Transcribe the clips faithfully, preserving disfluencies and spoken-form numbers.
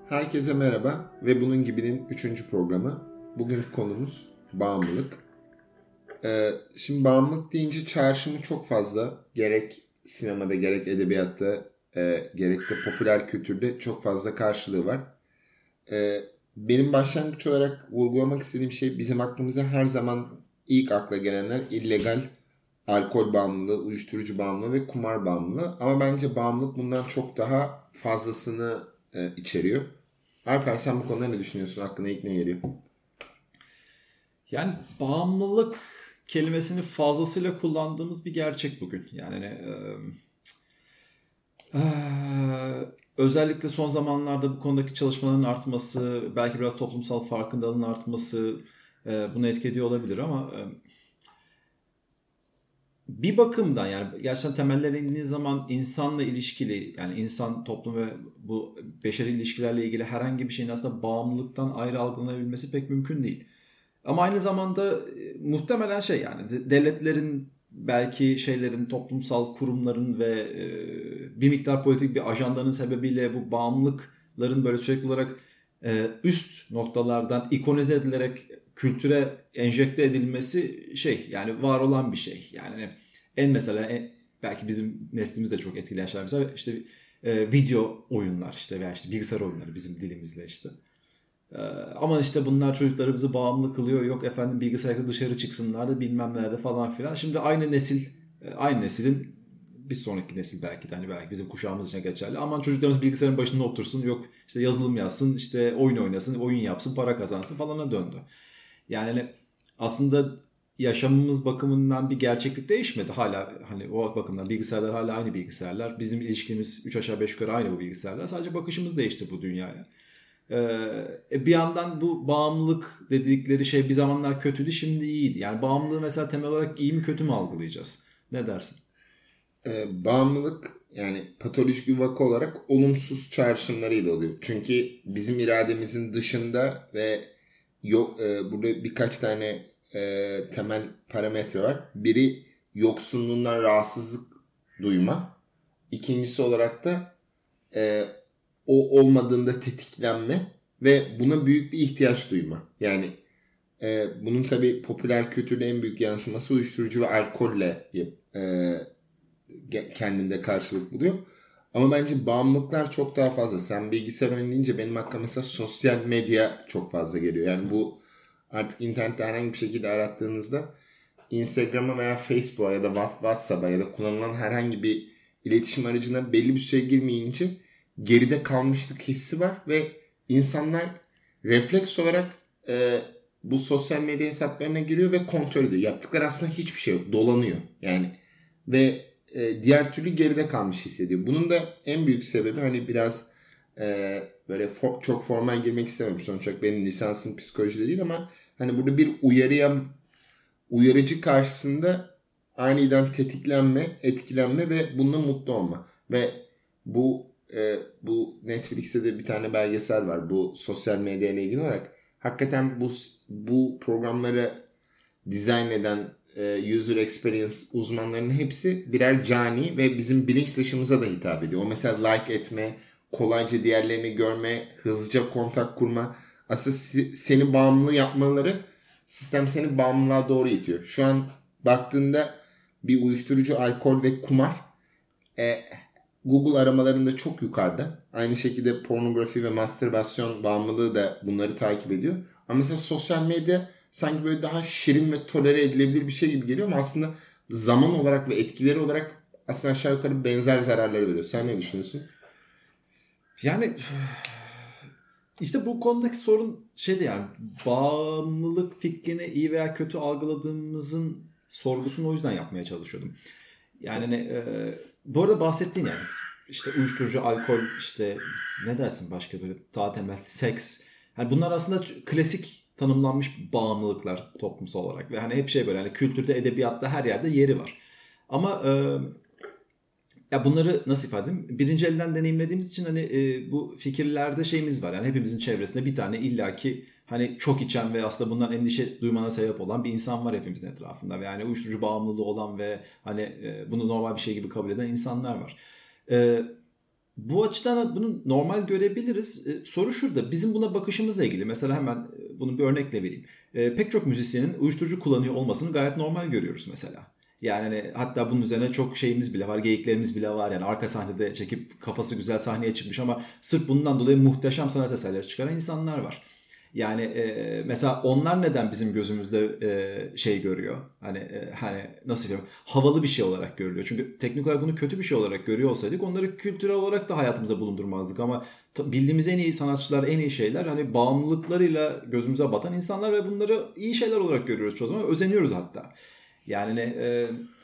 Herkese merhaba ve bunun gibinin üçüncü programı. Bugünkü konumuz bağımlılık. Ee, şimdi bağımlılık deyince çağrışımı çok fazla. Gerek sinemada, gerek edebiyatta, e, gerek de popüler kültürde çok fazla karşılığı var. Ee, benim başlangıç olarak vurgulamak istediğim şey bizim aklımıza her zaman ilk akla gelenler illegal alkol bağımlılığı, uyuşturucu bağımlılığı ve kumar bağımlılığı. Ama bence bağımlılık bundan çok daha fazlasını e, içeriyor. Alper, sen bu konuda ne düşünüyorsun? Aklına ilk ne geliyor? Yani bağımlılık kelimesini fazlasıyla kullandığımız bir gerçek bugün. Yani e, e, özellikle son zamanlarda bu konudaki çalışmaların artması, belki biraz toplumsal farkındalığın artması e, bunu etki ediyor olabilir ama e, bir bakımdan yani gerçekten temellerine indiğiniz zaman insanla ilişkili, yani insan, toplum ve bu beşeri ilişkilerle ilgili herhangi bir şeyin aslında bağımlılıktan ayrı algılanabilmesi pek mümkün değil. Ama aynı zamanda e, muhtemelen şey yani devletlerin, belki şeylerin, toplumsal kurumların ve e, bir miktar politik bir ajandanın sebebiyle bu bağımlılıkların böyle sürekli olarak e, üst noktalardan ikonize edilerek kültüre enjekte edilmesi şey yani var olan bir şey. Yani en mesela en, belki bizim neslimizi de çok etkileyen şeyler mesela işte e, video oyunlar işte veya işte bilgisayar oyunları bizim dilimizle işte. E, ama işte bunlar çocuklarımızı bağımlı kılıyor. Yok efendim bilgisayarda dışarı çıksınlar da bilmem nerede falan filan. Şimdi aynı nesil, aynı neslin bir sonraki nesil belki de hani belki bizim kuşağımız için geçerli. Aman çocuklarımız bilgisayarın başında otursun, yok işte yazılım yazsın, işte oyun oynasın, oyun yapsın, para kazansın falana döndü. Yani aslında yaşamımız bakımından bir gerçeklik değişmedi. Hala hani o bakımdan bilgisayarlar hala aynı bilgisayarlar. Bizim ilişkimiz üç aşağı beş yukarı aynı bu bilgisayarlar. Sadece bakışımız değişti bu dünyaya. Ee, bir yandan bu bağımlılık dedikleri şey bir zamanlar kötüydü, şimdi iyiydi. Yani bağımlılığı mesela temel olarak iyi mi kötü mü algılayacağız? Ne dersin? Ee, bağımlılık yani patolojik bir vaka olarak olumsuz çağrışımlarıyla oluyor. Çünkü bizim irademizin dışında ve yok, e, burada birkaç tane e, temel parametre var. Biri yoksunluğundan rahatsızlık duyma. İkincisi olarak da e, o olmadığında tetiklenme ve buna büyük bir ihtiyaç duyma. Yani e, bunun tabii popüler kültürde en büyük yansıması uyuşturucu ve alkolle e, kendinde karşılık buluyor. Ama bence bağımlılıklar çok daha fazla. Sen bilgisayar oynayınca benim aklıma mesela sosyal medya çok fazla geliyor. Yani bu artık internette herhangi bir şekilde arattığınızda Instagram'a veya Facebook'a ya da WhatsApp'a ya da kullanılan herhangi bir iletişim aracına belli bir süre girmeyince geride kalmışlık hissi var ve insanlar refleks olarak e, bu sosyal medya hesaplarına giriyor ve kontrol ediyor. Yaptıkları aslında hiçbir şey yok. Dolanıyor. Yani ve e, diğer türlü geride kalmış hissediyor. Bunun da en büyük sebebi hani biraz e, böyle fo- çok formal girmek istemiyorum. Sonuç olarak benim lisansım psikolojide değil ama hani burada bir uyarıya uyarıcı karşısında aniden tetiklenme, etkilenme ve bununla mutlu olma. Ve bu e, bu Netflix'te de bir tane belgesel var bu sosyal medya ile ilgili olarak. Hakikaten bu bu programları dizayn eden e, user experience uzmanlarının hepsi birer cani ve bizim bilinç dışımıza da hitap ediyor. O mesela like etme, kolayca diğerlerini görme, hızlıca kontak kurma. Aslında seni bağımlı yapmaları, sistem seni bağımlılığa doğru itiyor. Şu an baktığında bir uyuşturucu, alkol ve kumar e, Google aramalarında çok yukarıda. Aynı şekilde pornografi ve mastürbasyon bağımlılığı da bunları takip ediyor. Ama mesela sosyal medya sanki böyle daha şirin ve tolere edilebilir bir şey gibi geliyor ama aslında zaman olarak ve etkileri olarak aslında aşağı yukarı benzer zararları veriyor. Sen ne düşünüyorsun? Yani işte bu konudaki sorun şeydi yani bağımlılık fikrini iyi veya kötü algıladığımızın sorgusunu o yüzden yapmaya çalışıyordum. Yani e, bu arada bahsettiğin yani işte uyuşturucu, alkol, işte ne dersin başka böyle daha temel seks. Yani bunlar aslında klasik tanımlanmış bağımlılıklar toplumsal olarak ve hani hep şey böyle hani kültürde, edebiyatta her yerde yeri var. Ama e, ya bunları nasıl ifade edeyim? Birinci elden deneyimlediğimiz için hani e, bu fikirlerde şeyimiz var. Yani hepimizin çevresinde bir tane illaki hani çok içen ve aslında bundan endişe duymana sebep olan bir insan var hepimizin etrafında. Ve yani uyuşturucu bağımlılığı olan ve hani e, bunu normal bir şey gibi kabul eden insanlar var. E, Bu açıdan bunu normal görebiliriz. E, soru şurada. Bizim buna bakışımızla ilgili. Mesela hemen e, bunu bir örnekle vereyim. E, pek çok müzisyenin uyuşturucu kullanıyor olmasını gayet normal görüyoruz mesela. Yani hani, hatta bunun üzerine çok şeyimiz bile var, geyiklerimiz bile var. Yani arka sahnede çekip kafası güzel sahneye çıkmış ama sırf bundan dolayı muhteşem sanat eserleri çıkaran insanlar var. Yani e, mesela onlar neden bizim gözümüzde e, şey görüyor? Hani e, hani nasıl diyeyim? Havalı bir şey olarak görülüyor. Çünkü teknik olarak bunu kötü bir şey olarak görüyor olsaydık onları kültürel olarak da hayatımıza bulundurmazdık. Ama t- bildiğimiz en iyi sanatçılar, en iyi şeyler hani bağımlılıklarıyla gözümüze batan insanlar ve bunları iyi şeyler olarak görüyoruz çoğu zaman. Özeniyoruz hatta. Yani e,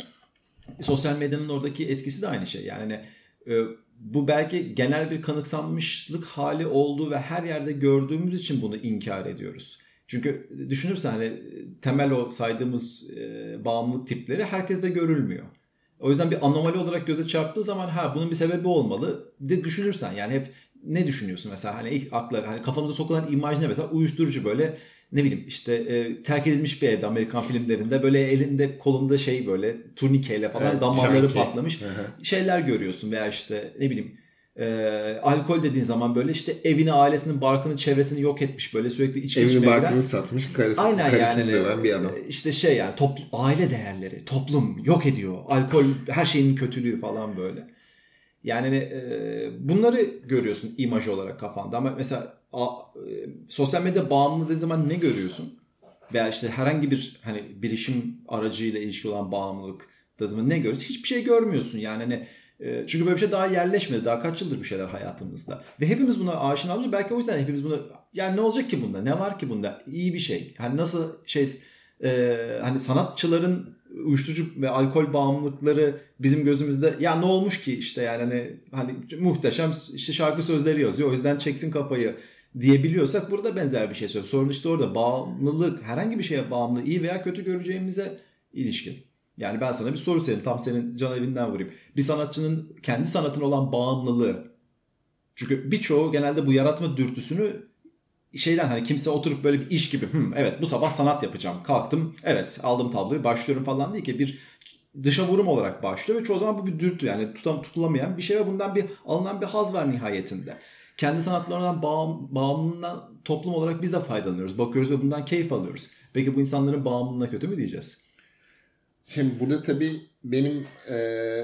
sosyal medyanın oradaki etkisi de aynı şey. Yani e, bu belki genel bir kanıksanmışlık hali olduğu ve her yerde gördüğümüz için bunu inkar ediyoruz. Çünkü düşünürsen hani temel o saydığımız e, bağımlılık tipleri herkeste görülmüyor. O yüzden bir anomali olarak göze çarptığı zaman ha bunun bir sebebi olmalı de düşünürsen yani hep ne düşünüyorsun mesela hani ilk akla hani kafamıza sokulan imaj ne mesela uyuşturucu böyle ne bileyim işte e, terk edilmiş bir evde Amerikan filmlerinde böyle elinde kolunda şey böyle turnikeyle falan evet, damarları şanki patlamış Hı-hı. şeyler görüyorsun veya işte ne bileyim e, alkol dediğin zaman böyle işte evini ailesinin barkını çevresini yok etmiş böyle sürekli içki evini içmeye barkını satmış karısı, aynen karısını yani, döven bir adam. İşte şey yani toplu, aile değerleri toplum yok ediyor alkol her şeyin kötülüğü falan böyle. Yani e, bunları görüyorsun imaj olarak kafanda ama mesela a, e, sosyal medya bağımlı dediğin zaman ne görüyorsun? Veya işte herhangi bir hani bilişim aracıyla ilişki olan bağımlılık dediğin zaman ne görüyorsun? Hiçbir şey görmüyorsun yani hani e, çünkü böyle bir şey daha yerleşmedi. Daha kaç yıldır bir şeyler hayatımızda. Ve hepimiz buna aşina olunca belki o yüzden hepimiz bunu yani ne olacak ki bunda? Ne var ki bunda? İyi bir şey. Hani nasıl şey e, hani sanatçıların uyuşturucu ve alkol bağımlılıkları bizim gözümüzde ya ne olmuş ki işte yani hani, hani muhteşem işte şarkı sözleri yazıyor o yüzden çeksin kafayı diyebiliyorsak burada benzer bir şey söylüyor. Sorun işte orada bağımlılık herhangi bir şeye bağımlı iyi veya kötü göreceğimize ilişkin. Yani ben sana bir soru sorayım tam senin can evinden vurayım. Bir sanatçının kendi sanatına olan bağımlılığı çünkü birçoğu genelde bu yaratma dürtüsünü şeyden hani kimse oturup böyle bir iş gibi evet bu sabah sanat yapacağım kalktım evet aldım tabloyu başlıyorum falan değil ki bir dışa vurum olarak başlıyor ve çoğu zaman bu bir dürtü yani tutam, tutulamayan bir şey ve bundan bir alınan bir haz var nihayetinde. Kendi sanatlarından bağım, bağımlılığından toplum olarak biz de faydalanıyoruz bakıyoruz ve bundan keyif alıyoruz. Peki bu insanların bağımlılığına kötü mü diyeceğiz? Şimdi burada tabii benim e,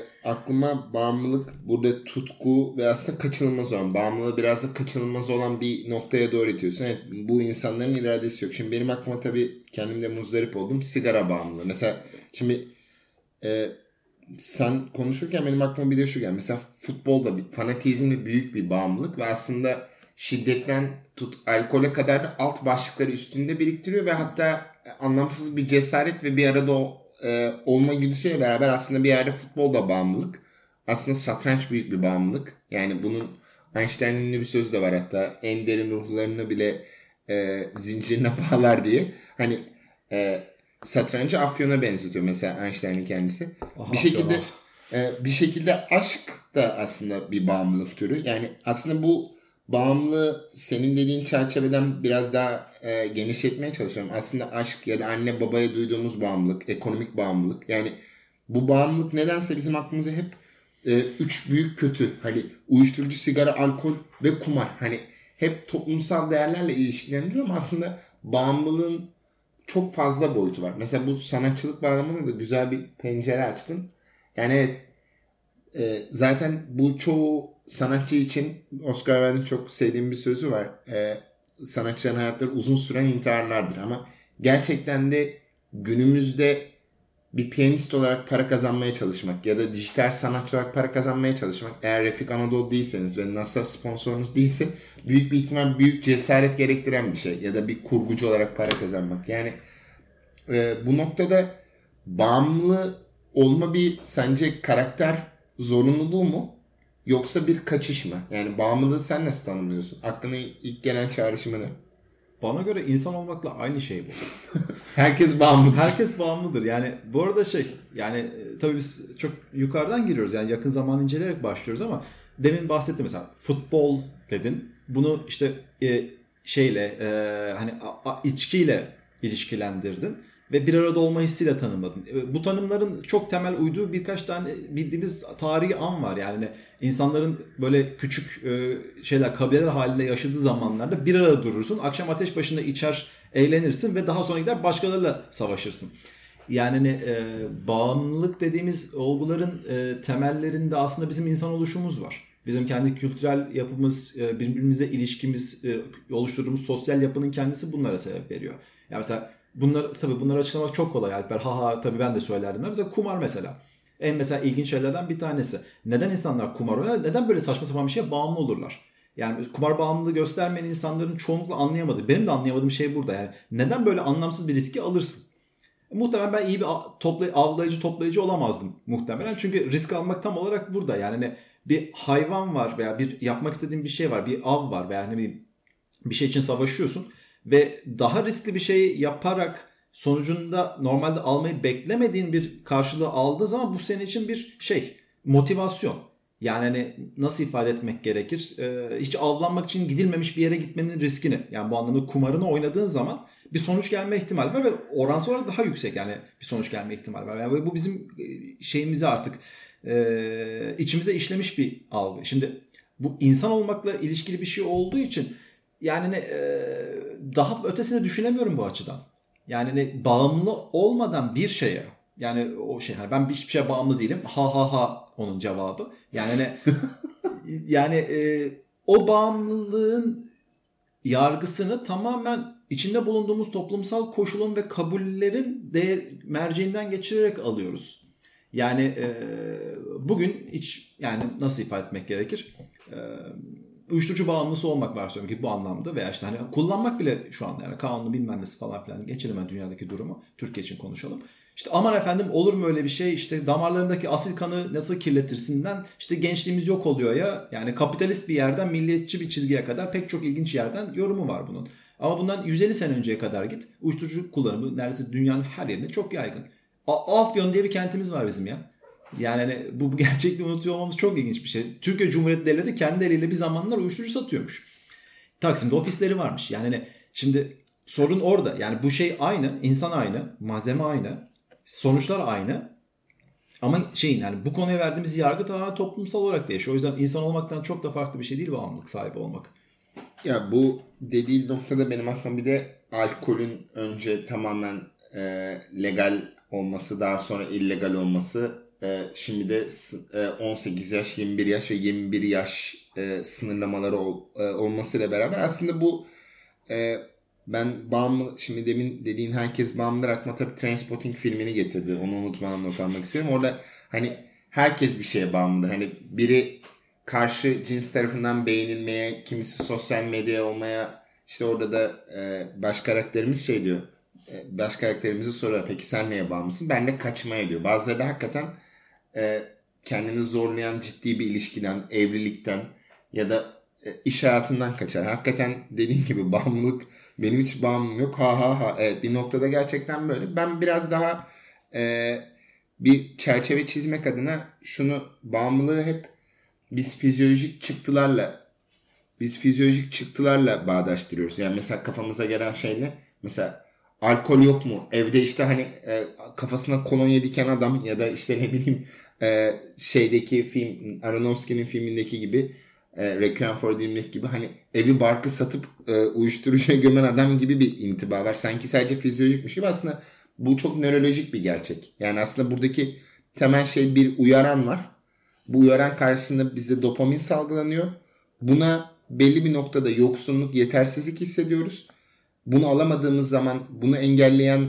aklıma bağımlılık burada tutku ve aslında kaçınılmaz olan bağımlılığı biraz da kaçınılmaz olan bir noktaya doğru itiyorsun. Evet, bu insanların iradesi yok. Şimdi benim aklıma tabii kendimde muzdarip oldum sigara bağımlılığı. Mesela şimdi e, sen konuşurken benim aklıma bir de şu geldi. Mesela futbolda bir fanatizmli büyük bir bağımlılık ve aslında şiddetten tut alkole kadar da alt başlıkları üstünde biriktiriyor ve hatta anlamsız bir cesaret ve bir arada o e, olma güdüsüyle beraber aslında bir yerde futbolda bağımlılık. Aslında satranç büyük bir bağımlılık. Yani bunun Einstein'ın ünlü bir sözü de var hatta en derin ruhlarını bile e, zincirine bağlar diye. Hani e, satrancı afyona benzetiyor mesela Einstein'ın kendisi. Aha, bir şekilde e, bir şekilde aşk da aslında bir bağımlılık türü. Yani aslında bu bağımlılığı senin dediğin çerçeveden biraz daha e, genişletmeye çalışıyorum. Aslında aşk ya da anne babaya duyduğumuz bağımlılık, ekonomik bağımlılık. Yani bu bağımlılık nedense bizim aklımıza hep e, üç büyük kötü. Hani uyuşturucu, sigara, alkol ve kumar. Hani hep toplumsal değerlerle ilişkilendiriliyor ama aslında bağımlılığın çok fazla boyutu var. Mesela bu sanatçılık bağlamında da güzel bir pencere açtın. Yani evet e, zaten bu çoğu sanatçı için Oscar Wilde'in çok sevdiğim bir sözü var. E, sanatçıların hayatları uzun süren intiharlardır ama gerçekten de günümüzde bir piyanist olarak para kazanmaya çalışmak ya da dijital sanatçı olarak para kazanmaya çalışmak eğer Refik Anadolu değilseniz ve NASA sponsorunuz değilse büyük bir ihtimal büyük cesaret gerektiren bir şey ya da bir kurgucu olarak para kazanmak. Yani e, bu noktada bağımlı olma bir sence karakter zorunluluğu mu? Yoksa bir kaçış mı? Yani bağımlılığı sen nasıl tanımlıyorsun? Aklına ilk gelen çağrışımı ne? Bana göre insan olmakla aynı şey bu. Herkes bağımlıdır. Herkes bağımlıdır. Yani bu arada şey yani tabii biz çok yukarıdan giriyoruz. Yani yakın zaman inceleyerek başlıyoruz ama demin bahsettim mesela futbol dedin. Bunu işte e, şeyle e, hani a, a, içkiyle ilişkilendirdin. ve bir arada olma hissiyle tanımladın. Bu tanımların çok temel uyduğu birkaç tane bildiğimiz tarihi an var. Yani insanların böyle küçük şeyler, kabileler halinde yaşadığı zamanlarda bir arada durursun. Akşam ateş başında içer, eğlenirsin ve daha sonra gider başkalarıyla savaşırsın. Yani e, bağımlılık dediğimiz olguların e, temellerinde aslında bizim insan oluşumuz var. Bizim kendi kültürel yapımız, e, birbirimizle ilişkimiz, e, oluşturduğumuz sosyal yapının kendisi bunlara sebep veriyor. Yani mesela bunlar, tabii bunları açıklamak çok kolay Alper. Ha ha tabii ben de söylerdim. Mesela kumar mesela. En mesela ilginç şeylerden bir tanesi. Neden insanlar kumar oynar? Neden böyle saçma sapan bir şeye bağımlı olurlar? Yani kumar bağımlılığı göstermeyen insanların çoğunlukla anlayamadığı, benim de anlayamadığım şey burada. Yani neden böyle anlamsız bir riski alırsın? Muhtemelen ben iyi bir topla, avlayıcı toplayıcı olamazdım muhtemelen. Çünkü risk almak tam olarak burada. Yani hani bir hayvan var veya bir yapmak istediğin bir şey var, bir av var veya hani bir, bir şey için savaşıyorsun ve daha riskli bir şey yaparak sonucunda normalde almayı beklemediğin bir karşılığı aldığı zaman bu senin için bir şey, motivasyon. Yani hani nasıl ifade etmek gerekir? Ee, hiç avlanmak için gidilmemiş bir yere gitmenin riskini, yani bu anlamda kumarını oynadığın zaman bir sonuç gelme ihtimali var ve oransal olarak daha yüksek yani bir sonuç gelme ihtimali var. Yani bu bizim şeyimize artık e, içimize işlemiş bir algı. Şimdi bu insan olmakla ilişkili bir şey olduğu için yani e, daha ötesini düşünemiyorum bu açıdan. Yani ne, bağımlı olmadan bir şeye, yani o şey, hani ben hiçbir şeye bağımlı değilim. Ha ha ha onun cevabı. Yani ne, yani e, o bağımlılığın yargısını tamamen içinde bulunduğumuz toplumsal koşulun ve kabullerin değer merceğinden geçirerek alıyoruz. Yani e, bugün hiç, yani nasıl ifade etmek gerekir? E, uyuşturucu bağımlısı olmak varsayıyorum ki bu anlamda veya işte hani kullanmak bile şu anda, yani kanunu bilmem nesi falan filan, geçelim yani dünyadaki durumu, Türkiye için konuşalım. İşte aman efendim olur mu öyle bir şey, işte damarlarındaki asil kanı nasıl kirletirsinden işte gençliğimiz yok oluyor ya, yani kapitalist bir yerden milliyetçi bir çizgiye kadar pek çok ilginç yerden yorumu var bunun. Ama bundan yüz elli sene önceye kadar git, uyuşturucu kullanımı neredeyse dünyanın her yerinde çok yaygın. A- Afyon diye bir kentimiz var bizim ya. Yani hani bu, bu gerçekliği unutuyor olmamız çok ilginç bir şey. Türkiye Cumhuriyeti Devleti kendi eliyle bir zamanlar uyuşturucu satıyormuş. Taksim'de ofisleri varmış. Yani hani şimdi sorun orada. Yani bu şey aynı, insan aynı, malzeme aynı, sonuçlar aynı. Ama şeyin, yani bu konuya verdiğimiz yargı tamamen toplumsal olarak değişiyor. O yüzden insan olmaktan çok da farklı bir şey değil bağımlılık sahibi olmak. Ya bu dediğin noktada benim aklıma bir de alkolün önce tamamen e, legal olması, daha sonra illegal olması, e, şimdi de e, on sekiz yaş, yirmi bir yaş ve yirmi bir yaş e, sınırlamaları ol, e, olmasıyla beraber aslında bu e, ben bağımlı, şimdi demin dediğin herkes bağımlıdır aklıma tabii Trainspotting filmini getirdi. Onu unutmadan not almak istedim. Orada hani herkes bir şeye bağımlıdır. Hani biri karşı cins tarafından beğenilmeye, kimisi sosyal medya olmaya, işte orada da e, baş karakterimiz şey diyor. E, baş karakterimizi soruyor, peki sen neye bağımlısın? Ben de kaçmaya diyor. Bazıları da hakikaten e, kendini zorlayan ciddi bir ilişkiden, evlilikten ya da e, iş hayatından kaçar. Hakikaten dediğin gibi bağımlılık, benim hiç bağımlılığım yok. Ha ha ha. Evet, bir noktada gerçekten böyle. Ben biraz daha e, bir çerçeve çizmek adına şunu, bağımlılığı hep biz fizyolojik çıktılarla biz fizyolojik çıktılarla bağdaştırıyoruz. Yani mesela kafamıza gelen şey ne? Mesela alkol yok mu? Evde işte hani e, kafasına kolonya diken adam ya da işte ne bileyim e, şeydeki film, Aronofsky'nin filmindeki gibi, e, Requiem for a Dream'deki gibi hani evi barkı satıp e, uyuşturucuya gömen adam gibi bir intiba var. Sanki sadece fizyolojikmiş gibi, aslında bu çok nörolojik bir gerçek. Yani aslında buradaki temel şey, bir uyaran var. Bu uyaran karşısında bizde dopamin salgılanıyor. Buna belli bir noktada yoksunluk, yetersizlik hissediyoruz. Bunu alamadığımız zaman bunu engelleyen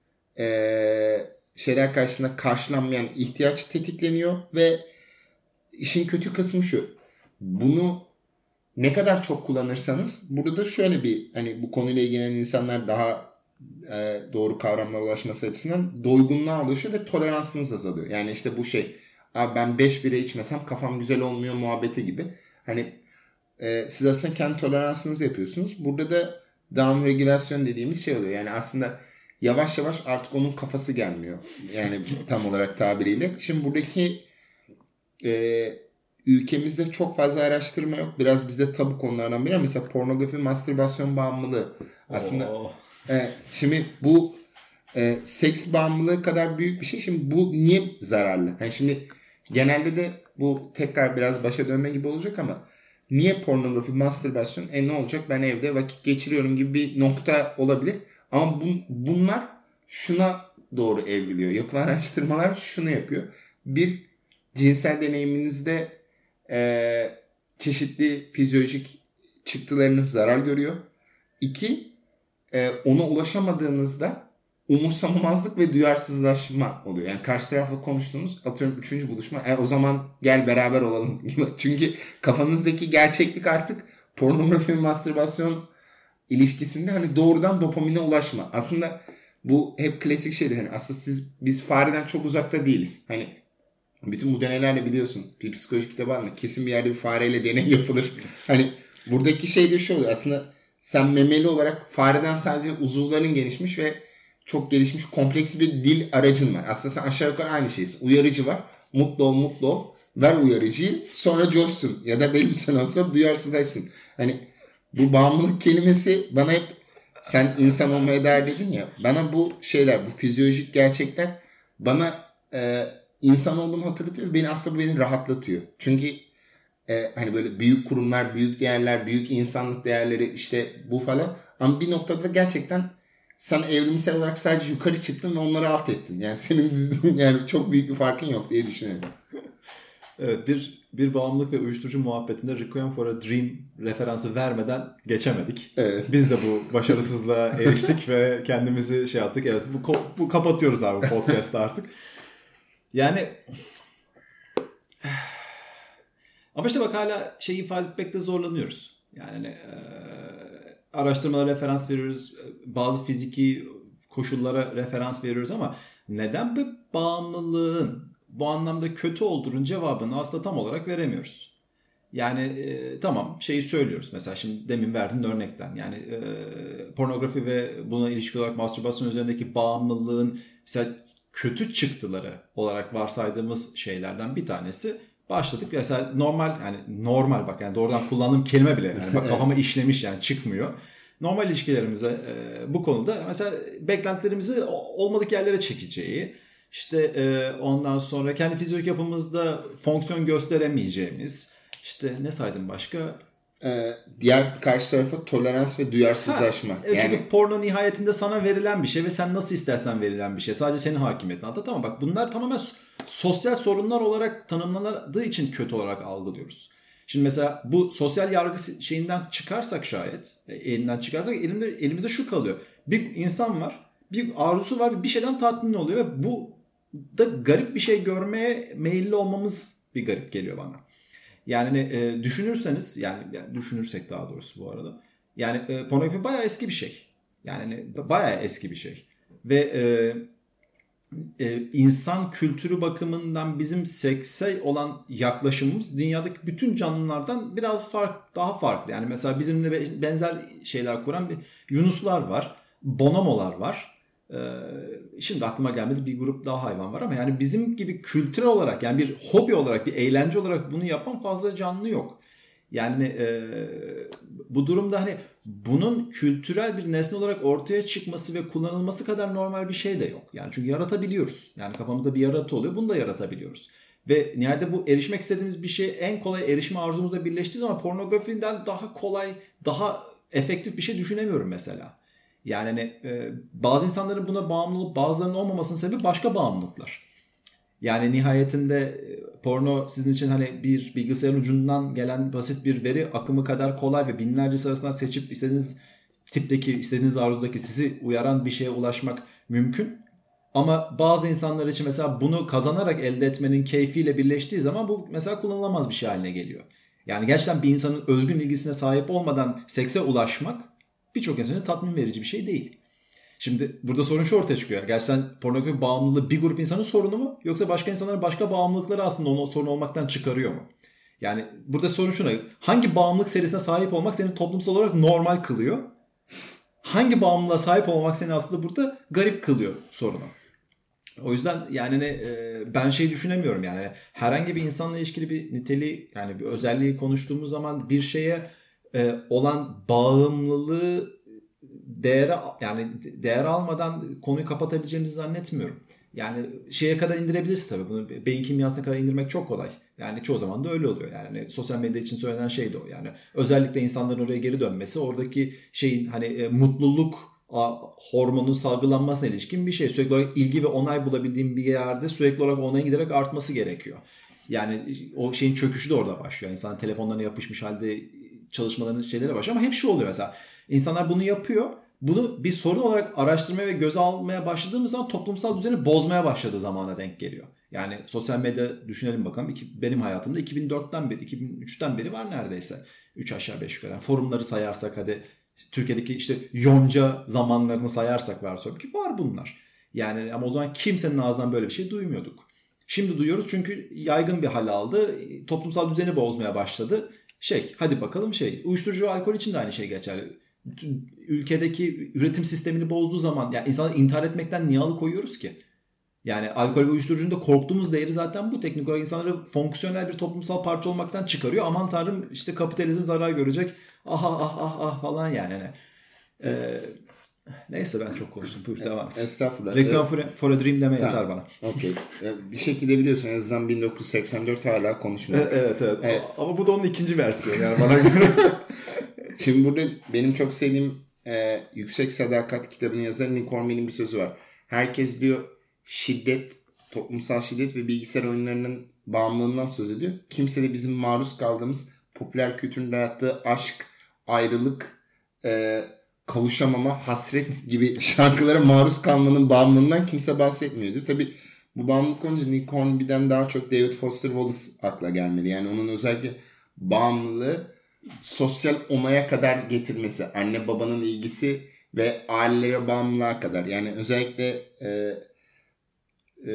e, şeyler karşısında karşılanmayan ihtiyaç tetikleniyor ve işin kötü kısmı şu. Bunu ne kadar çok kullanırsanız, burada da şöyle bir, hani bu konuyla ilgilenen insanlar daha e, doğru kavramlara ulaşması açısından doygunluğa ulaşıyor ve toleransınız azalıyor. Yani işte bu şey, abi ben beş bira içmesem kafam güzel olmuyor muhabbeti gibi. Hani e, siz aslında kendi toleransınızı yapıyorsunuz. Burada da down regülasyon dediğimiz şey oluyor. Yani aslında yavaş yavaş artık onun kafası gelmiyor. Yani tam olarak tabiriyle. Şimdi buradaki e, ülkemizde çok fazla araştırma yok. Biraz bizde tabu konulardan biri. Mesela pornografi, mastürbasyon bağımlılığı. Aslında oh. e, şimdi bu e, seks bağımlılığı kadar büyük bir şey. Şimdi bu niye zararlı? Yani şimdi genelde de bu tekrar biraz başa dönme gibi olacak ama niye pornografi, mastürbasyon, e ne olacak ben evde vakit geçiriyorum gibi bir nokta olabilir. Ama bu, bunlar şuna doğru evriliyor. Yapılan araştırmalar şunu yapıyor. Bir, cinsel deneyiminizde e, çeşitli fizyolojik çıktılarınız zarar görüyor. İki, e, ona ulaşamadığınızda umursamamazlık ve duyarsızlaşma oluyor. Yani karşı tarafla konuştuğunuz, atıyorum üçüncü buluşma, e, o zaman gel beraber olalım gibi. Çünkü kafanızdaki gerçeklik artık pornografi ve mastürbasyon ilişkisinde hani doğrudan dopamine ulaşma. Aslında bu hep klasik şeydir. Hani aslında siz, biz fareden çok uzakta değiliz. Hani bütün bu deneylerle biliyorsun. Bir psikoloji kitabı var mı? Kesin bir yerde bir fareyle deney yapılır. Hani buradaki şey de şu oluyor. Aslında sen memeli olarak fareden sadece uzuvların gelişmiş ve çok gelişmiş kompleks bir dil aracın var. Aslında sen aşağı yukarı aynı şeysin. Uyarıcı var. Mutlu ol, mutlu ol. Ver uyarıcıyı. Sonra coşsun. Ya da belli bir sene sonra duyarsızlaşsın. Hani bu bağımlılık kelimesi bana hep, sen insan olmaya değer dedin ya. Bana bu şeyler, bu fizyolojik gerçekler bana e, insan olduğumu hatırlatıyor. Beni aslında bu beni rahatlatıyor. Çünkü e, hani böyle büyük kurumlar, büyük değerler, büyük insanlık değerleri işte bu falan. Ama bir noktada gerçekten sen evrimsel olarak sadece yukarı çıktın ve onları alt ettin. Yani senin yani çok büyük bir farkın yok diye düşünüyorum. Evet, bir bir bağımlılık ve uyuşturucu muhabbetinde Requiem for a Dream referansı vermeden geçemedik. Evet. Biz de bu başarısızlığa eriştik ve kendimizi şey yaptık. Evet, bu bu kapatıyoruz abi bu podcast'ı artık. Yani ama işte bak hala şey ifade etmekte zorlanıyoruz. Yani e, araştırmalara referans veriyoruz. Bazı fiziki koşullara referans veriyoruz ama neden bu bağımlılığın bu anlamda kötü olduğunun cevabını aslında tam olarak veremiyoruz. Yani e, tamam şeyi söylüyoruz. Mesela şimdi demin verdiğin örnekten. Yani e, pornografi ve buna ilişkin olarak mastürbasyon üzerindeki bağımlılığın mesela kötü çıktıları olarak varsaydığımız şeylerden bir tanesi. Başladık mesela normal, yani normal bak yani doğrudan kullandığım kelime bile yani bak kafama işlemiş yani çıkmıyor. Normal ilişkilerimizde e, bu konuda mesela beklentilerimizi olmadık yerlere çekeceği, işte e, ondan sonra kendi fizyolojik yapımızda fonksiyon gösteremeyeceğimiz, işte ne saydım başka? Ee, diğer karşı tarafa tolerans ve duyarsızlaşma. Ha, yani... Çünkü porno nihayetinde sana verilen bir şey ve sen nasıl istersen verilen bir şey. Sadece senin hakimiyetin altında. Tamam bak bunlar tamamen sosyal sorunlar olarak tanımlandığı için kötü olarak algılıyoruz. Şimdi mesela bu sosyal yargı şeyinden çıkarsak şayet, elinden çıkarsak elimde, elimizde şu kalıyor. Bir insan var, bir arzusu var ve bir şeyden tatmin oluyor ve bu da garip bir şey görmeye meyilli olmamız bir garip geliyor bana. Yani e, düşünürseniz yani, yani düşünürsek daha doğrusu bu arada. Yani e, pornografi bayağı eski bir şey. Yani bayağı eski bir şey. Ve e, e, insan kültürü bakımından bizim sekse olan yaklaşımımız dünyadaki bütün canlılardan biraz fark, daha farklı. Yani mesela bizimle benzer şeyler kuran bir yunuslar var. Bonomolar var. Şimdi aklıma gelmedi bir grup daha hayvan var ama yani bizim gibi kültürel olarak yani bir hobi olarak bir eğlence olarak bunu yapan fazla canlı yok. Yani e, bu durumda hani bunun kültürel bir nesne olarak ortaya çıkması ve kullanılması kadar normal bir şey de yok. Yani çünkü yaratabiliyoruz. Yani kafamızda bir yaratı oluyor, bunu da yaratabiliyoruz. Ve nihayet bu erişmek istediğimiz bir şey en kolay erişme arzumuzla birleştiği zaman pornografiden daha kolay, daha efektif bir şey düşünemiyorum mesela. Yani e, bazı insanların buna bağımlı olup bazılarının olmamasının sebebi başka bağımlılıklar. Yani nihayetinde porno sizin için hani bir bilgisayarın ucundan gelen basit bir veri akımı kadar kolay ve binlerce arasından seçip istediğiniz tipteki, istediğiniz arzudaki sizi uyaran bir şeye ulaşmak mümkün. Ama bazı insanlar için mesela bunu kazanarak elde etmenin keyfiyle birleştiği zaman bu mesela kullanılamaz bir şey haline geliyor. Yani gerçekten bir insanın özgün ilgisine sahip olmadan sekse ulaşmak birçok insanın tatmin verici bir şey değil. Şimdi burada sorun şu ortaya çıkıyor. Gerçekten pornografi bağımlılığı bir grup insanın sorunu mu? Yoksa başka insanların başka bağımlılıkları aslında onu sorun olmaktan çıkarıyor mu? Yani burada sorun şuna. Hangi bağımlılık serisine sahip olmak seni toplumsal olarak normal kılıyor? Hangi bağımlılığa sahip olmak seni aslında burada garip kılıyor sorunu? O yüzden yani ne, ben şey düşünemiyorum yani herhangi bir insanla ilişkili bir niteliği yani bir özelliği konuştuğumuz zaman bir şeye olan bağımlılığı değere yani değer almadan konuyu kapatabileceğimizi zannetmiyorum. Yani şeye kadar indirebiliriz tabii. Bunu beyin kimyasına kadar indirmek çok kolay. Yani çoğu zaman da öyle oluyor. Yani sosyal medya için söylenen şey de o. Yani özellikle insanların oraya geri dönmesi oradaki şeyin hani e, mutluluk a, hormonun salgılanmasına ilişkin bir şey. Sürekli olarak ilgi ve onay bulabildiğim bir yerde sürekli olarak onayın giderek artması gerekiyor. Yani o şeyin çöküşü de orada başlıyor. İnsan telefonlarına yapışmış halde çalışmalarının şeylere başlıyor. Ama hep şu oluyor mesela. İnsanlar bunu yapıyor. Bunu bir sorun olarak araştırmaya ve göze almaya başladığımız zaman toplumsal düzeni bozmaya başladığı zamana denk geliyor. Yani sosyal medya düşünelim bakalım. Benim hayatımda iki bin dörtten beri, iki bin üçten beri var neredeyse. üç aşağı beş yukarı. Yani forumları sayarsak hadi Türkiye'deki işte yonca zamanlarını sayarsak varsa ki var bunlar. Yani ama o zaman kimsenin ağzından böyle bir şey duymuyorduk. Şimdi duyuyoruz çünkü yaygın bir hal aldı. Toplumsal düzeni bozmaya başladı. Şey hadi bakalım şey uyuşturucu ve alkol için de aynı şey geçerli. Ülkedeki üretim sistemini bozduğu zaman yani insanları intihar etmekten niye alıkoyuyoruz ki? Yani alkol ve uyuşturucunun da korktuğumuz değeri zaten bu. Teknik olarak insanları fonksiyonel bir toplumsal parça olmaktan çıkarıyor. Aman tanrım işte kapitalizm zarar görecek. Ah ah ah ah falan yani. Ee, neyse ben çok konuştum. Buyur devam et. Estağfurullah. Requiem for, for a Dream deme tamam. Yeter bana. Okey. Bir şekilde biliyorsun en azından bin dokuz yüz seksen dört hala konuşmuyor. Evet, evet evet. Ama bu da onun ikinci versiyonu yani bana göre. Şimdi burada benim çok sevdiğim e, Yüksek Sadakat kitabının yazarı Nick Hornby'nin bir sözü var. Herkes diyor şiddet, toplumsal şiddet ve bilgisayar oyunlarının bağımlılığından söz ediyor. Kimse de bizim maruz kaldığımız popüler kültürün yarattığı aşk, ayrılık, e, kavuşamama, hasret gibi şarkılara maruz kalmanın bağımlılığından kimse bahsetmiyordu. Tabii bu bağımlılık olunca Nick Hornby'den daha çok David Foster Wallace akla gelmeli. Yani onun özellikle bağımlılığı sosyal onaya kadar getirmesi, anne babanın ilgisi ve ailelere bağımlılığa kadar. Yani özellikle e, e,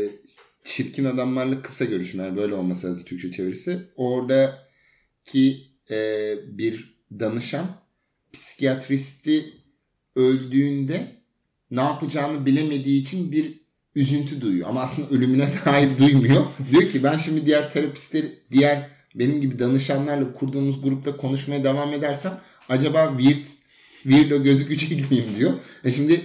çirkin adamlarla kısa görüşmeler, böyle olması lazım Türkçe çevirisi. Oradaki e, bir danışan psikiyatristi öldüğünde ne yapacağını bilemediği için bir üzüntü duyuyor. Ama aslında ölümüne dair duymuyor. Diyor ki ben şimdi diğer terapistleri, diğer benim gibi danışanlarla kurduğumuz grupta konuşmaya devam edersem acaba weird, weirdo gözükecek miyim diyor. E şimdi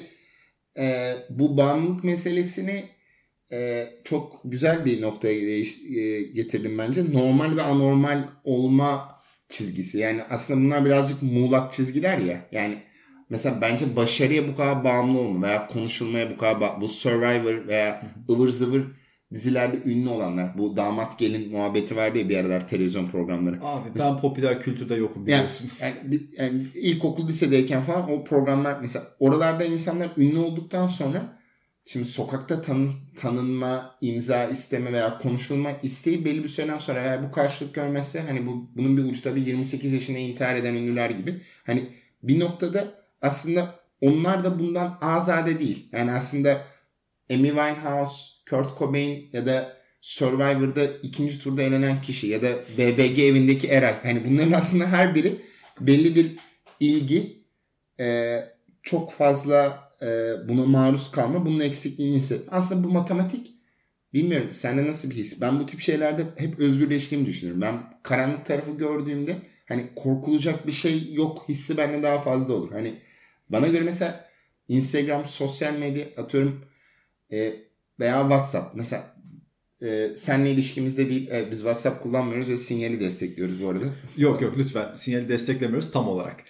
e, bu bağımlılık meselesini e, çok güzel bir noktaya değiş, e, getirdim bence. Normal ve anormal olma çizgisi. Yani aslında bunlar birazcık muğlak çizgiler ya. Yani mesela bence başarıya bu kadar bağımlı olma veya konuşulmaya bu kadar bağımlı. Bu Survivor veya ıvır zıvır dizilerde ünlü olanlar. Bu damat gelin muhabbeti vardı ya bir aralar televizyon programları. Abi mesela, ben popüler kültürde yokum biliyorsun. Yani, yani, yani ilkokul lisedeyken falan o programlar mesela oralarda insanlar ünlü olduktan sonra şimdi sokakta tanı, tanınma, imza isteme veya konuşulma isteği belli bir süreden sonra eğer bu karşılık görmezse hani bu bunun bir ucu tabii yirmi sekiz yaşında intihar eden ünlüler gibi. Hani bir noktada aslında onlar da bundan azade değil. Yani aslında Amy Winehouse, Kurt Cobain ya da Survivor'da ikinci turda elenen kişi ya da B B G evindeki Eray. Yani bunların aslında her biri belli bir ilgi, e, çok fazla e, buna maruz kalma, bunun eksikliğini hissetme. Aslında bu matematik, bilmiyorum sende nasıl bir his? Ben bu tip şeylerde hep özgürleştiğimi düşünüyorum. Ben karanlık tarafı gördüğümde hani korkulacak bir şey yok hissi bende daha fazla olur. Hani bana göre mesela Instagram, sosyal medya atıyorum e, veya WhatsApp. Mesela e, seninle ilişkimizde değil. E, biz WhatsApp kullanmıyoruz ve Sinyal'i destekliyoruz bu arada. Yok yok lütfen. Sinyal'i desteklemiyoruz tam olarak.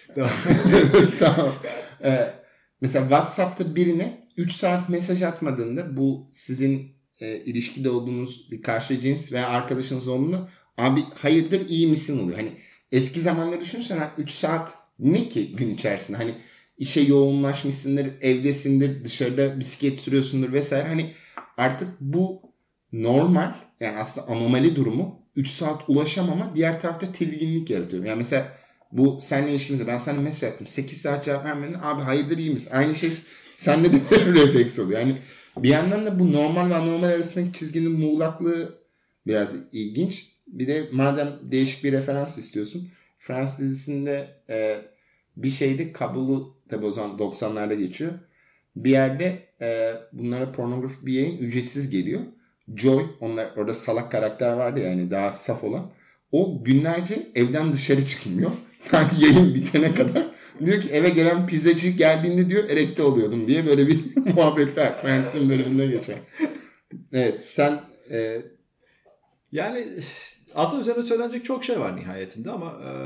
Tamam. E, mesela WhatsApp'ta birine üç saat mesaj atmadığında bu sizin e, ilişkide olduğunuz bir karşı cins veya arkadaşınız olduğunda abi hayırdır iyi misin oluyor. Hani eski zamanları düşünsene üç saat ne ki gün içerisinde? Hani işe yoğunlaşmışsındır, evdesindir, dışarıda bisiklet sürüyorsundur vesaire. Hani artık bu normal, yani aslında anomali durumu üç saat ulaşamama diğer tarafta tedirginlik yaratıyor. Yani mesela bu seninle ilişkimizde ben sana mesaj attım. sekiz saat cevap vermedin. Abi hayırdır iyi misin? Aynı şey sende de bir refleks oluyor. Yani bir yandan da bu normal ve anormal arasındaki çizginin muğlaklığı biraz ilginç. Bir de madem değişik bir referans istiyorsun. Fransız dizisinde e, bir şeydi. Kabul'u tabi o zaman doksanlarda geçiyor. Bir yerde e, bunlara pornografik bir yayın ücretsiz geliyor. Joy, onlar orada salak karakter vardı yani daha saf olan. O günlerce evden dışarı çıkmıyor. Yani yayın bitene kadar Diyor ki eve gelen pizzacı geldiğinde diyor erekte oluyordum diye böyle bir muhabbetler. Friends'in bölümünde geçer. Evet sen... E... Yani aslında üzerine söylenecek çok şey var nihayetinde ama e,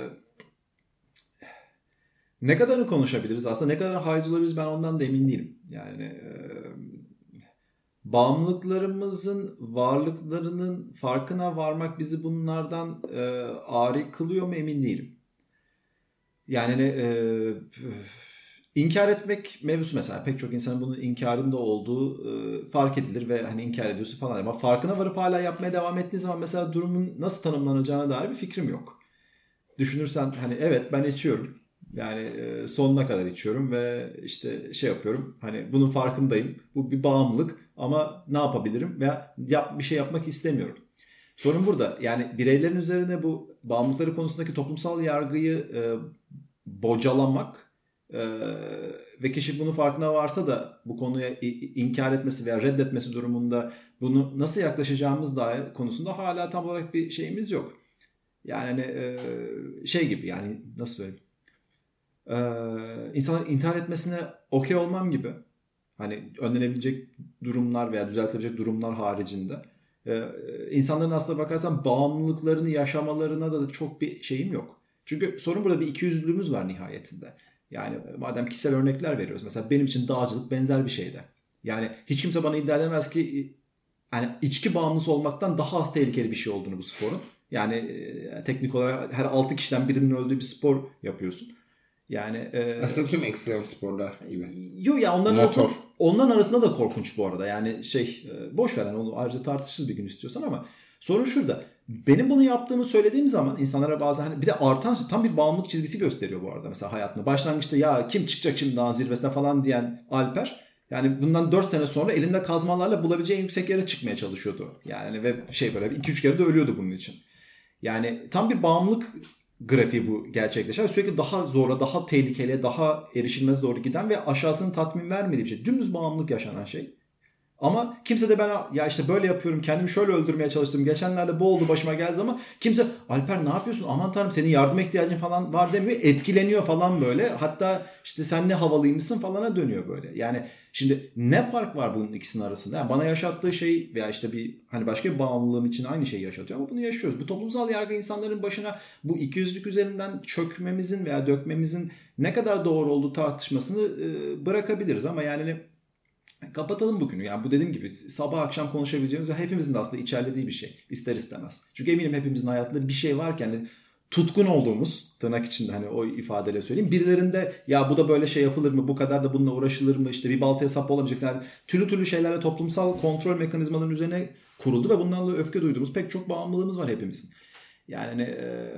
ne kadarını konuşabiliriz? Aslında ne kadar haiz olabiliriz ben ondan da emin değilim. Yani e, bağımlılıklarımızın varlıklarının farkına varmak bizi bunlardan e, ari kılıyor mu emin değilim. Yani e, inkar etmek mevzusu mesela pek çok insanın bunun inkarında olduğu e, fark edilir ve hani inkar ediyorsun falan ama farkına varıp hala yapmaya devam ettiğin zaman mesela durumun nasıl tanımlanacağına dair bir fikrim yok. Düşünürsen hani evet ben içiyorum. Yani e, sonuna kadar içiyorum ve işte şey yapıyorum. Hani bunun farkındayım. Bu bir bağımlılık ama ne yapabilirim veya yap, bir şey yapmak istemiyorum. Sorun burada. Yani bireylerin üzerine bu bağımlılıkları konusundaki toplumsal yargıyı e, bocalamak e, ve kişi bunun farkına varsa da bu konuya inkar etmesi veya reddetmesi durumunda bunu nasıl yaklaşacağımız dair konusunda hala tam olarak bir şeyimiz yok. Yani e, şey gibi yani nasıl söyleyeyim? Ee, insanların intihar etmesine okey olmam gibi hani önlenebilecek durumlar veya düzeltebilecek durumlar haricinde ee, insanların aslına bakarsan bağımlılıklarını yaşamalarına da çok bir şeyim yok. Çünkü sorun burada bir ikiyüzlülüğümüz var nihayetinde. Yani madem kişisel örnekler veriyoruz. Mesela benim için dağcılık benzer bir şeydi. Yani hiç kimse bana iddia edemez ki yani içki bağımlısı olmaktan daha az tehlikeli bir şey olduğunu bu sporun. Yani e, teknik olarak her altı kişiden birinin öldüğü bir spor yapıyorsun. Yani e, aslında tüm ekstrem sporlar gibi. Yok ya onların arasında, onların arasında da korkunç bu arada. Yani şey e, boş ver yani onu ayrıca tartışırız bir gün istiyorsan ama sorun şurada. Benim bunu yaptığımı söylediğim zaman insanlara bazen hani bir de artan tam bir bağımlılık çizgisi gösteriyor bu arada mesela hayatında. Başlangıçta ya kim çıkacak şimdi daha zirvesine falan diyen Alper yani bundan dört sene sonra elinde kazmalarla bulabileceği en yüksek yere çıkmaya çalışıyordu. Yani ve şey böyle iki üç kere de ölüyordu bunun için. Yani tam bir bağımlılık grafiği bu gerçekleşen sürekli daha zora, daha tehlikeli, daha erişilmez doğru giden ve aşağısının tatmin vermediği bir şey. Dümdüz bağımlılık yaşanan şey. Ama kimse de ben ya işte böyle yapıyorum, kendimi şöyle öldürmeye çalıştım. Geçenlerde bu oldu başıma geldi ama kimse Alper ne yapıyorsun? Aman tanrım senin yardıma ihtiyacın falan var demiyor. Etkileniyor falan böyle. Hatta işte sen ne havalıymışsın falana dönüyor böyle. Yani şimdi ne fark var bunun ikisinin arasında? Yani bana yaşattığı şey veya işte bir hani başka bir bağımlılığım için aynı şeyi yaşatıyor ama bunu yaşıyoruz. Bu toplumsal yargı insanların başına bu ikiyüzlülük üzerinden çökmemizin veya dökmemizin ne kadar doğru olduğu tartışmasını e, bırakabiliriz ama yani kapatalım bugünü. Yani bu dediğim gibi sabah akşam konuşabileceğimiz ve hepimizin de aslında içerlediği bir şey. İster istemez. Çünkü eminim hepimizin hayatında bir şey varken de tutkun olduğumuz tırnak içinde hani o ifadeyle söyleyeyim. Birilerinde ya bu da böyle şey yapılır mı? Bu kadar da bununla uğraşılır mı? İşte bir baltaya sap olamayacaksın. Yani türlü türlü şeylerle toplumsal kontrol mekanizmalarının üzerine kuruldu ve bundan da öfke duyduğumuz pek çok bağımlılığımız var hepimizin. Yani ne, e,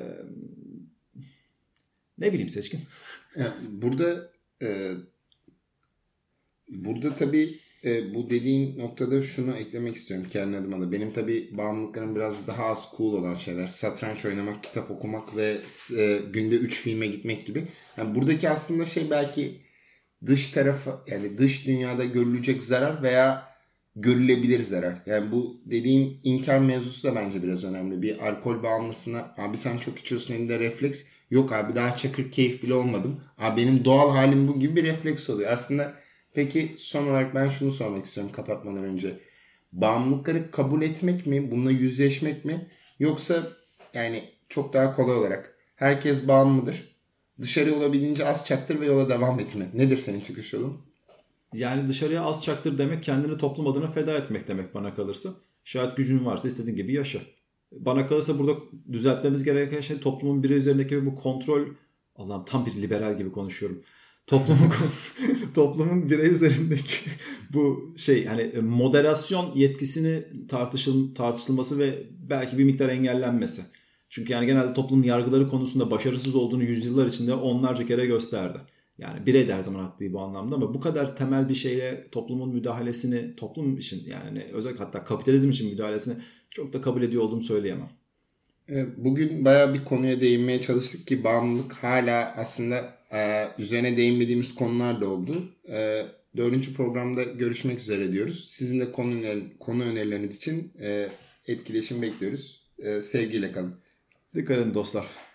ne bileyim Seçkin. Yani burada e, burada tabii e, bu dediğin noktada şunu eklemek istiyorum kendi adıma da. Benim tabii bağımlılıklarım biraz daha az cool olan şeyler. Satranç oynamak, kitap okumak ve e, günde üç filme gitmek gibi. Yani buradaki aslında şey belki dış tarafı yani dış dünyada görülecek zarar veya görülebilir zarar. Yani bu dediğin inkar mevzusu da bence biraz önemli. Bir alkol bağımlısına abi sen çok içiyorsun elinde refleks. Yok abi daha çakır keyif bile olmadım. Abi benim doğal halim bu gibi bir refleks oluyor. Aslında peki son olarak ben şunu sormak istiyorum kapatmadan önce. Bağımlılıkları kabul etmek mi? Bununla yüzleşmek mi? Yoksa yani çok daha kolay olarak herkes bağımlıdır. Dışarı olabildiğince az çaktır ve yola devam etme. Nedir senin çıkış yolun? Yani dışarıya az çaktır demek kendini toplum adına feda etmek demek bana kalırsa. Şayet gücün varsa istediğin gibi yaşa. Bana kalırsa burada düzeltmemiz gereken şey toplumun birey üzerindeki bu kontrol. Allah'ım tam bir liberal gibi konuşuyorum. Toplumun toplumun birey üzerindeki bu şey hani moderasyon yetkisini tartışıl, tartışılması ve belki bir miktar engellenmesi. Çünkü yani genelde toplumun yargıları konusunda başarısız olduğunu yüzyıllar içinde onlarca kere gösterdi. Yani birey de her zaman haklı bu anlamda ama bu kadar temel bir şeyle toplumun müdahalesini toplum için yani özellikle hatta kapitalizm için müdahalesini çok da kabul ediyor olduğumu söyleyemem. Evet, bugün bayağı bir konuya değinmeye çalıştık ki bağımlılık hala aslında e, üzerine değinmediğimiz konular da oldu. E, dördüncü programda görüşmek üzere diyoruz. Sizin de konu, öner- konu önerileriniz için e, etkileşim bekliyoruz. E, sevgiyle kalın. Dikkat edin dostlar.